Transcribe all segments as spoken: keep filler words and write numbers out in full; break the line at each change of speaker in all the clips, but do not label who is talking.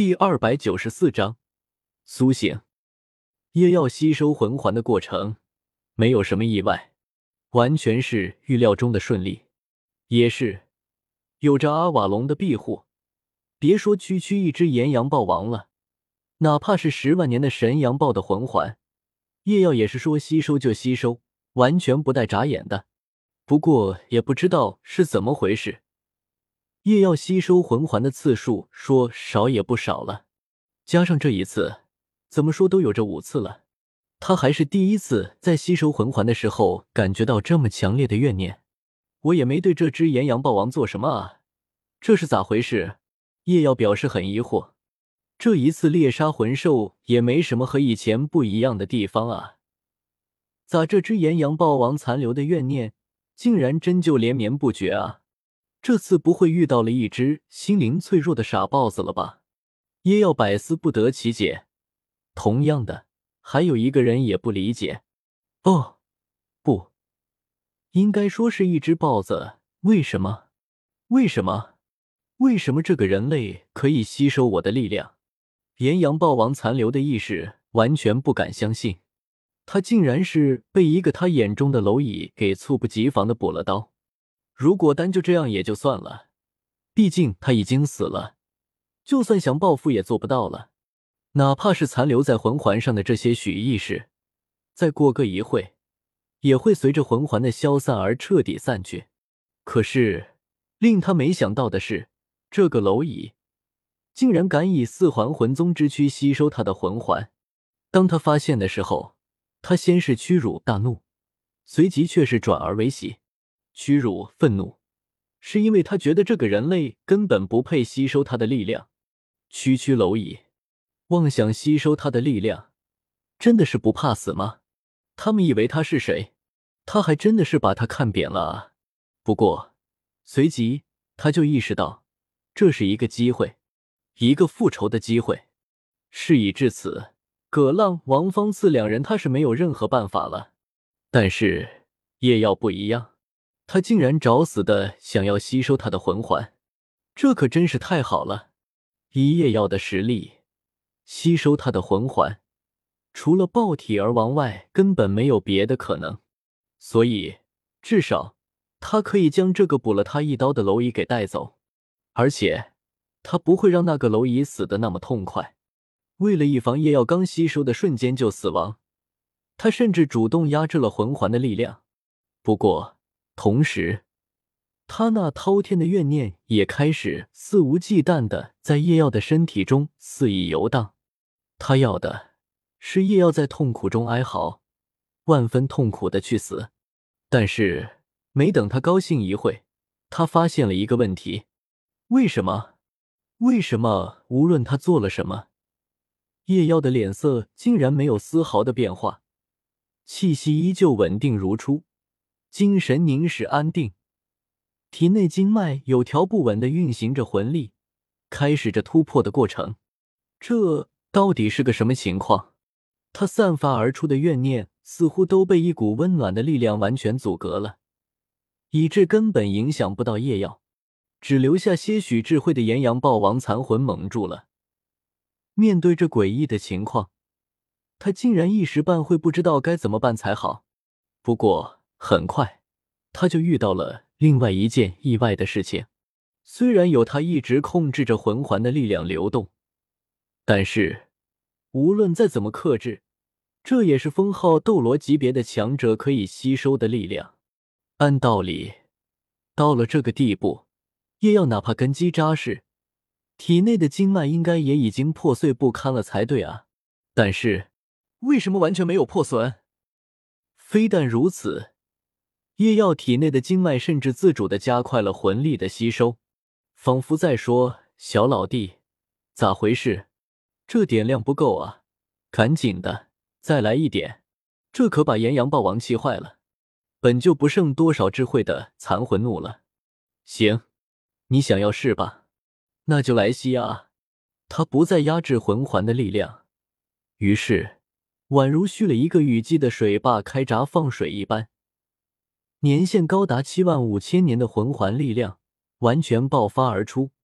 第二百九十四章苏醒。叶耀吸收魂环的过程没有什么意外，完全是预料中的顺利，也是有着阿瓦隆的庇护，别说区区一只炎阳豹王了，哪怕是十万年的神阳豹的魂环，叶耀也是说吸收就吸收，完全不带眨眼的。不过也不知道是怎么回事，叶耀吸收魂环的次数说少也不少了，加上这一次，怎么说都有这五次了。他还是第一次在吸收魂环的时候感觉到这么强烈的怨念。我也没对这只炎阳豹王做什么啊，这是咋回事？叶耀表示很疑惑。这一次猎杀魂兽也没什么和以前不一样的地方啊，咋这只炎阳豹王残留的怨念竟然真就连绵不绝啊？这次不会遇到了一只心灵脆弱的傻豹子了吧？叶耀百思不得其解。同样的，还有一个人也不理解。哦，不，应该说是一只豹子，为什么？为什么？为什么这个人类可以吸收我的力量？炎阳豹王残留的意识完全不敢相信，他竟然是被一个他眼中的蝼蚁给猝不及防的补了刀。如果单就这样也就算了，毕竟他已经死了，就算想报复也做不到了。哪怕是残留在魂环上的这些许意识，再过个一会也会随着魂环的消散而彻底散去。可是令他没想到的是，这个蝼蚁竟然敢以四环魂宗之躯吸收他的魂环。当他发现的时候，他先是屈辱大怒，随即却是转而为喜。屈辱愤怒是因为他觉得这个人类根本不配吸收他的力量。区区蝼蚁妄想吸收他的力量，真的是不怕死吗？他们以为他是谁？他还真的是把他看扁了啊。不过随即他就意识到，这是一个机会，一个复仇的机会。事已至此，葛浪、王方次两人他是没有任何办法了。但是叶耀不一样，他竟然找死的想要吸收他的魂环，这可真是太好了。以叶耀的实力，吸收他的魂环，除了爆体而亡外，根本没有别的可能。所以，至少他可以将这个补了他一刀的蝼蚁给带走，而且他不会让那个蝼蚁死得那么痛快。为了以防叶耀刚吸收的瞬间就死亡，他甚至主动压制了魂环的力量。不过同时，他那滔天的怨念也开始肆无忌惮地在叶耀的身体中肆意游荡。他要的是叶耀在痛苦中哀嚎，万分痛苦地去死。但是没等他高兴一会，他发现了一个问题。为什么？为什么无论他做了什么，叶耀的脸色竟然没有丝毫的变化，气息依旧稳定如初，精神凝实安定，体内经脉有条不紊地运行着魂力，开始着突破的过程。这到底是个什么情况？他散发而出的怨念似乎都被一股温暖的力量完全阻隔了，以致根本影响不到叶耀，只留下些许智慧的炎阳豹王残魂蒙住了。面对这诡异的情况，他竟然一时半会不知道该怎么办才好。不过很快他就遇到了另外一件意外的事情。虽然有他一直控制着魂环的力量流动，但是无论再怎么克制，这也是封号斗罗级别的强者可以吸收的力量。按道理，到了这个地步，叶耀哪怕根基扎实，体内的经脉应该也已经破碎不堪了才对啊。但是为什么完全没有破损？非但如此，叶耀体内的经脉甚至自主地加快了魂力的吸收，仿佛在说，小老弟，咋回事？这点量不够啊，赶紧的，再来一点。这可把炎阳豹王气坏了，本就不剩多少智慧的残魂怒了。行，你想要是吧？那就来吸啊！他不再压制魂环的力量，于是宛如蓄了一个雨季的水坝开闸放水一般，年限高达七万五千年的魂环力量完全爆发而出，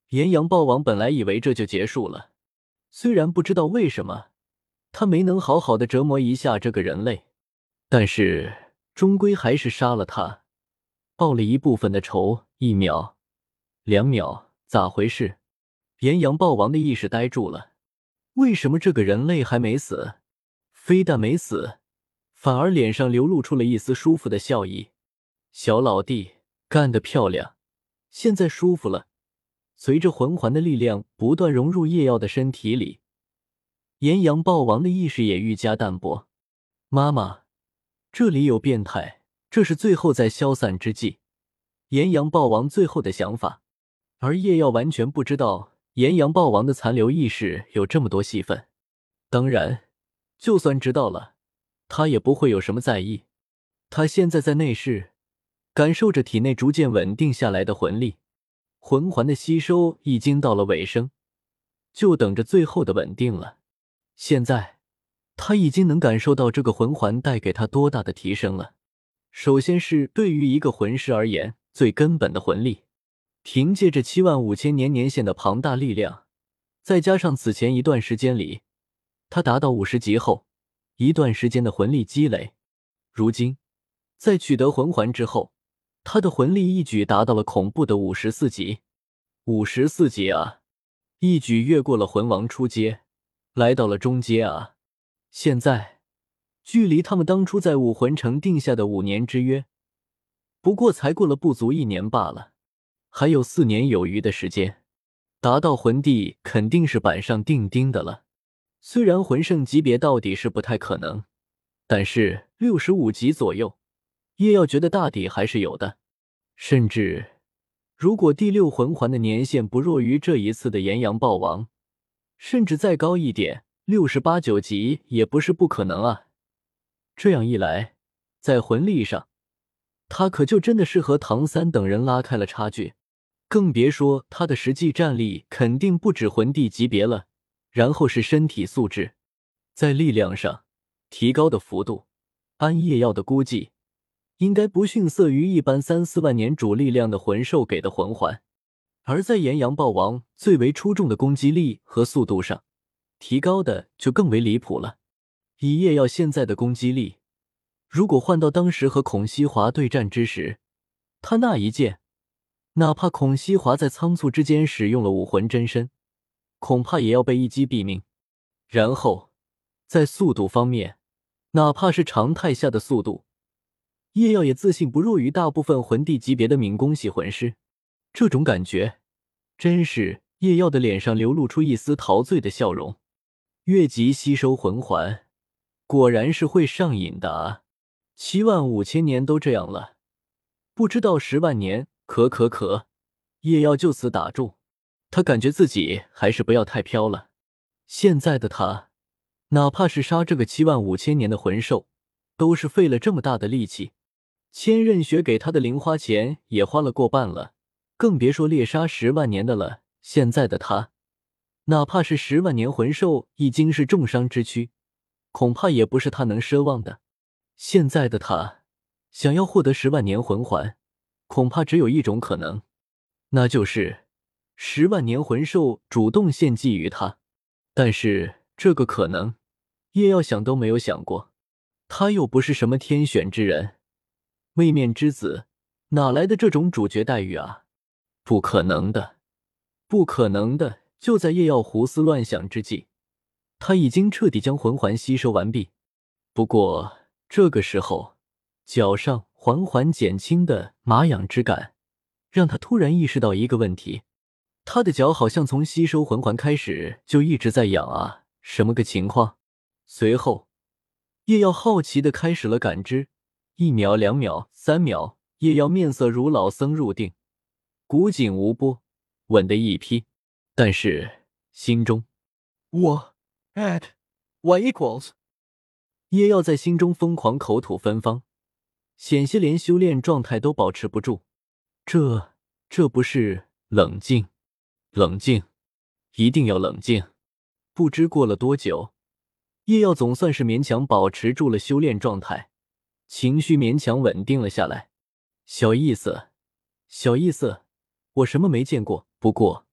炎阳豹王本来以为这就结束了，虽然不知道为什么他没能好好的折磨一下这个人类，但是终归还是杀了他，报了一部分的仇。一秒，两秒，咋回事？炎阳豹王的意识呆住了，为什么这个人类还没死？非但没死，反而脸上流露出了一丝舒服的笑意。小老弟，干得漂亮，现在舒服了。随着魂环的力量不断融入叶耀的身体里，炎阳豹王的意识也愈加淡薄。妈妈，这里有变态，这是最后在消散之际，炎阳豹王最后的想法。而叶耀完全不知道炎阳豹王的残留意识有这么多戏份，当然就算知道了，他也不会有什么在意。他现在在内室感受着体内逐渐稳定下来的魂力，魂环的吸收已经到了尾声，就等着最后的稳定了。现在他已经能感受到这个魂环带给他多大的提升了。首先是对于一个魂师而言最根本的魂力，凭借着七万五千年年限的庞大力量，再加上此前一段时间里他达到五十级后一段时间的魂力积累，如今在取得魂环之后，他的魂力一举达到了恐怖的五十四级。五十四级啊，一举越过了魂王初阶，来到了中阶啊。现在距离他们当初在武魂城定下的五年之约不过才过了不足一年罢了，还有四年有余的时间，达到魂帝肯定是板上钉钉的了。虽然魂圣级别到底是不太可能，但是六十五级左右叶耀觉得大抵还是有的。甚至如果第六魂环的年限不弱于这一次的炎阳豹王，甚至再高一点，六十八九级也不是不可能啊。这样一来，在魂力上他可就真的是和唐三等人拉开了差距，更别说他的实际战力肯定不止魂帝级别了。然后是身体素质，在力量上提高的幅度，按叶耀的估计应该不逊色于一般三四万年主力量的魂兽给的魂环。而在炎阳豹王最为出众的攻击力和速度上，提高的就更为离谱了。以叶耀现在的攻击力，如果换到当时和孔西华对战之时，他那一剑，哪怕孔西华在仓促之间使用了武魂真身，恐怕也要被一击毙命。然后在速度方面，哪怕是常态下的速度，叶耀也自信不弱于大部分魂帝级别的敏攻系魂师。这种感觉真是叶耀的脸上流露出一丝陶醉的笑容。越级吸收魂环果然是会上瘾的啊！七万五千年都这样了，不知道十万年可可可。叶耀就此打住，他感觉自己还是不要太飘了。现在的他哪怕是杀这个七万五千年的魂兽都是费了这么大的力气，千仞雪给他的零花钱也花了过半了，更别说猎杀十万年的了。现在的他哪怕是十万年魂兽已经是重伤之躯，恐怕也不是他能奢望的。现在的他想要获得十万年魂环，恐怕只有一种可能，那就是十万年魂兽主动献祭于他。但是这个可能叶耀想都没有想过，他又不是什么天选之人，位面之子，哪来的这种主角待遇啊？不可能的，不可能的。就在叶耀胡思乱想之际，他已经彻底将魂环吸收完毕。不过这个时候，脚上缓缓减轻的麻痒之感让他突然意识到一个问题，他的脚好像从吸收魂环开始就一直在痒啊，什么个情况？随后叶耀好奇地开始了感知，一秒两秒三秒，叶耀面色如老僧入定，古井无波，稳的一批。但是心中我 at y equals 叶耀在心中疯狂口吐芬芳，险些连修炼状态都保持不住。这这不是冷静，冷静，一定要冷静。不知过了多久，叶耀总算是勉强保持住了修炼状态，情绪勉强稳定了下来。小意思，小意思，我什么没见过，不过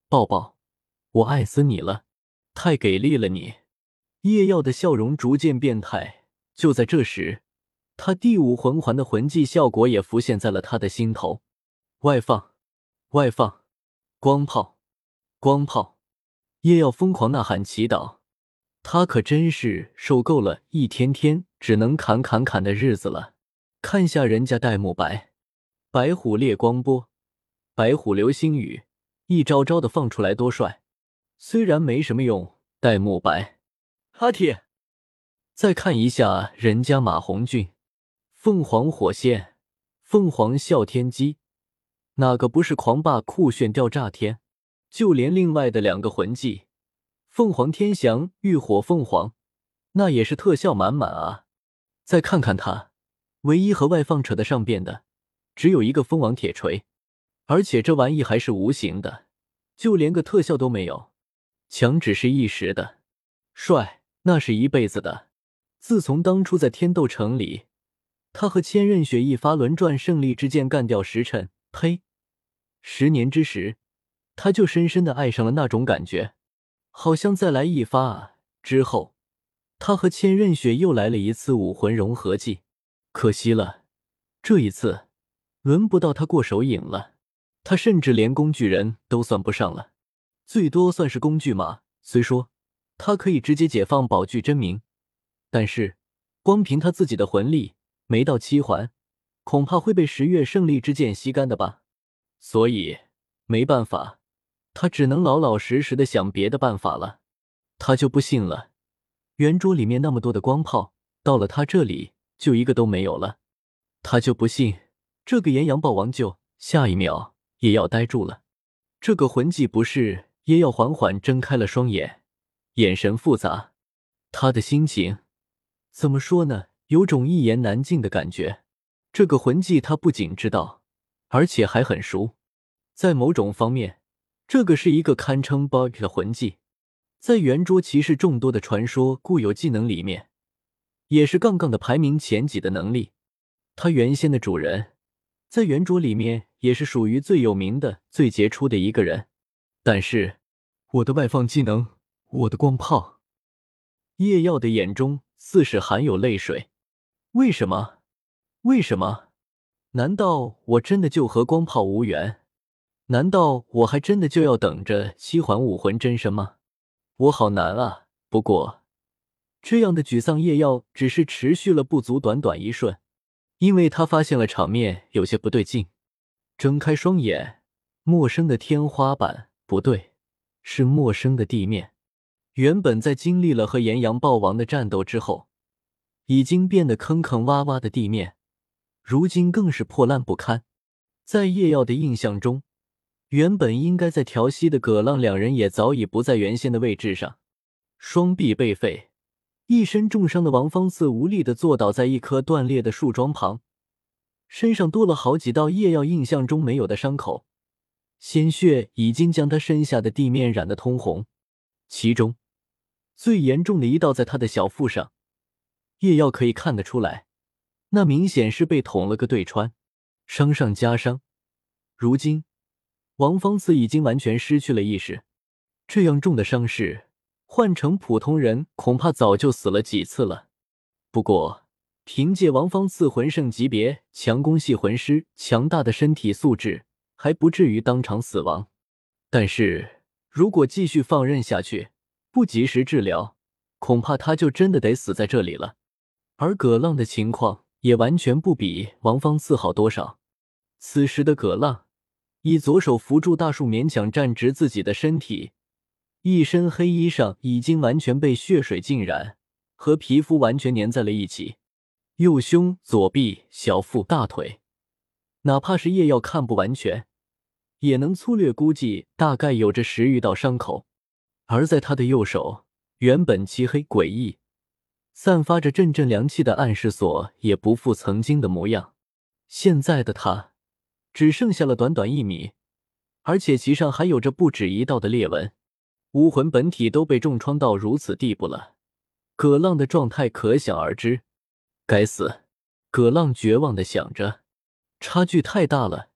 抱抱，我爱死你了，太给力了你。叶耀的笑容逐渐变态，就在这时，他第五魂环的魂技效果也浮现在了他的心头。外放，外放，光炮，光炮！叶耀疯狂呐喊祈祷，他可真是受够了一天天只能砍砍砍的日子了。看下人家戴沐白，白虎烈光波，白虎流星雨，一招招的放出来多帅！虽然没什么用，戴沐白，阿铁。再看一下人家马红俊，凤凰火线，凤凰啸天机，哪个不是狂霸酷炫掉炸天？就连另外的两个魂技，凤凰天翔、浴火凤凰，那也是特效满满啊！再看看他，唯一和外放扯得上边的，只有一个蜂王铁锤，而且这玩意还是无形的，就连个特效都没有。强只是一时的，帅那是一辈子的。自从当初在天斗城里，他和千仞雪一发轮转胜利之剑干掉时辰，呸！十年之时，他就深深的爱上了那种感觉。好像再来一发啊，之后他和千仞雪又来了一次武魂融合技，可惜了，这一次轮不到他过手瘾了。他甚至连工具人都算不上了，最多算是工具马。虽说他可以直接解放宝具真名，但是光凭他自己的魂力，没到七环，恐怕会被十月胜利之剑吸干的吧。所以没办法，他只能老老实实的想别的办法了。他就不信了，圆桌里面那么多的光炮，到了他这里就一个都没有了。他就不信这个炎阳豹王就下一秒也要呆住了。这个魂技不是也要缓缓睁开了双眼，眼神复杂。他的心情怎么说呢，有种一言难尽的感觉。这个魂技他不仅知道，而且还很熟。在某种方面，这个是一个堪称 bug 的魂技，在圆桌骑士众多的传说固有技能里面，也是杠杠的排名前几的能力。他原先的主人在圆桌里面也是属于最有名的最杰出的一个人。但是我的外放技能，我的光炮。叶耀的眼中似是含有泪水。为什么？为什么？难道我真的就和光炮无缘？难道我还真的就要等着七环武魂真身吗？我好难啊！不过这样的沮丧叶耀只是持续了不足短短一瞬，因为他发现了场面有些不对劲。睁开双眼，陌生的天花板，不对，是陌生的地面。原本在经历了和炎阳豹王的战斗之后，已经变得坑坑洼洼的地面，如今更是破烂不堪。在叶耀的印象中，原本应该在调息的葛浪两人也早已不在原先的位置上。双臂被废，一身重伤的王方次无力地坐倒在一棵断裂的树桩旁，身上多了好几道叶耀印象中没有的伤口，鲜血已经将他身下的地面染得通红。其中最严重的一道在他的小腹上，叶耀可以看得出来，那明显是被捅了个对穿，伤上加伤。如今王方次已经完全失去了意识，这样重的伤势换成普通人恐怕早就死了几次了。不过凭借王方次魂圣级别强攻系魂师强大的身体素质，还不至于当场死亡。但是如果继续放任下去，不及时治疗，恐怕他就真的得死在这里了。而葛浪的情况也完全不比王方次好多少。此时的葛浪以左手扶住大树勉强站直自己的身体，一身黑衣上已经完全被血水浸染，和皮肤完全粘在了一起。右胸、左臂、小腹、大腿，哪怕是叶耀看不完全，也能粗略估计大概有着十余道伤口。而在他的右手，原本漆黑诡异，散发着阵阵凉气的暗示锁也不复曾经的模样。现在的他只剩下了短短一米，而且其上还有着不止一道的裂纹。武魂本体都被重创到如此地步了，葛浪的状态可想而知。该死！葛浪绝望地想着，差距太大了，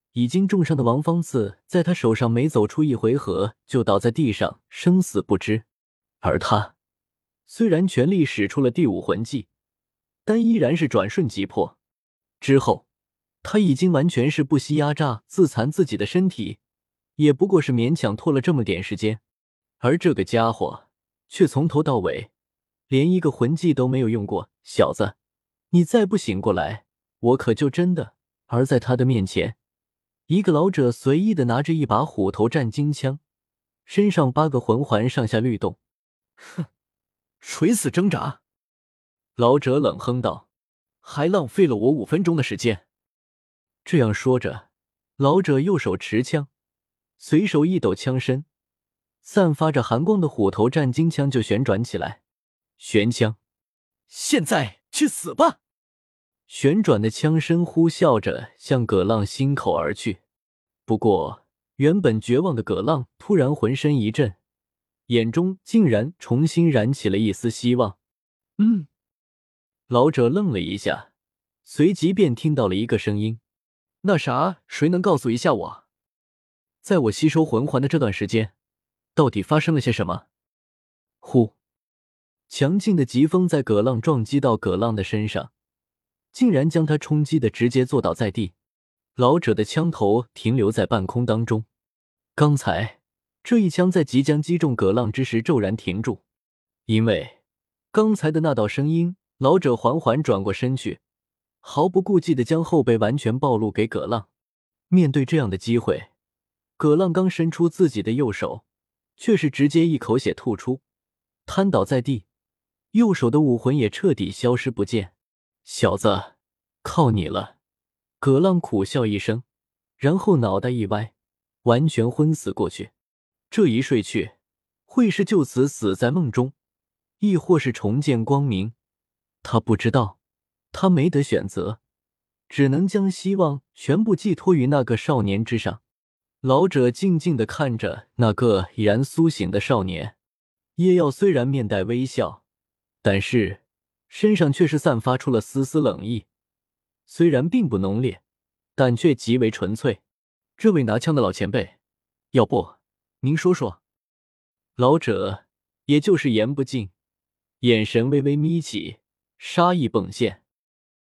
已经重伤的王方次在他手上没走出一回合就倒在地上生死不知，而他虽然全力使出了第五魂技，但依然是转瞬即破。之后他已经完全是不惜压榨自残自己的身体，也不过是勉强拖了这么点时间，而这个家伙却从头到尾连一个魂技都没有用过。小子，你再不醒过来，我可就真的……而在他的面前，一个老者随意的拿着一把虎头战金枪，身上八个魂环上下律动。哼，垂死挣扎！老者冷哼道，还浪费了我五分钟的时间。这样说着，老者右手持枪，随手一抖枪身，散发着寒光的虎头战金枪就旋转起来。玄枪，现在去死吧！旋转的枪身呼啸着向葛浪心口而去。不过原本绝望的葛浪突然浑身一震，眼中竟然重新燃起了一丝希望。嗯，老者愣了一下，随即便听到了一个声音，那啥，谁能告诉一下我，在我吸收魂环的这段时间到底发生了些什么？呼，强劲的疾风在葛浪撞击到葛浪的身上，竟然将他冲击的直接坐倒在地。老者的枪头停留在半空当中，刚才这一枪在即将击中葛浪之时骤然停住，因为刚才的那道声音，老者缓缓转过身去，毫不顾忌地将后背完全暴露给葛浪。面对这样的机会，葛浪刚伸出自己的右手，却是直接一口血吐出，瘫倒在地，右手的武魂也彻底消失不见。小子，靠你了！葛浪苦笑一声，然后脑袋一歪，完全昏死过去。这一睡去，会是就此死在梦中，亦或是重见光明？他不知道，他没得选择，只能将希望全部寄托于那个少年之上。老者静静地看着那个已然苏醒的少年，叶耀虽然面带微笑，但是身上却是散发出了丝丝冷意。虽然并不浓烈，但却极为纯粹。这位拿枪的老前辈，要不您说说？老者也就是言不尽，眼神微微眯起，杀意迸现。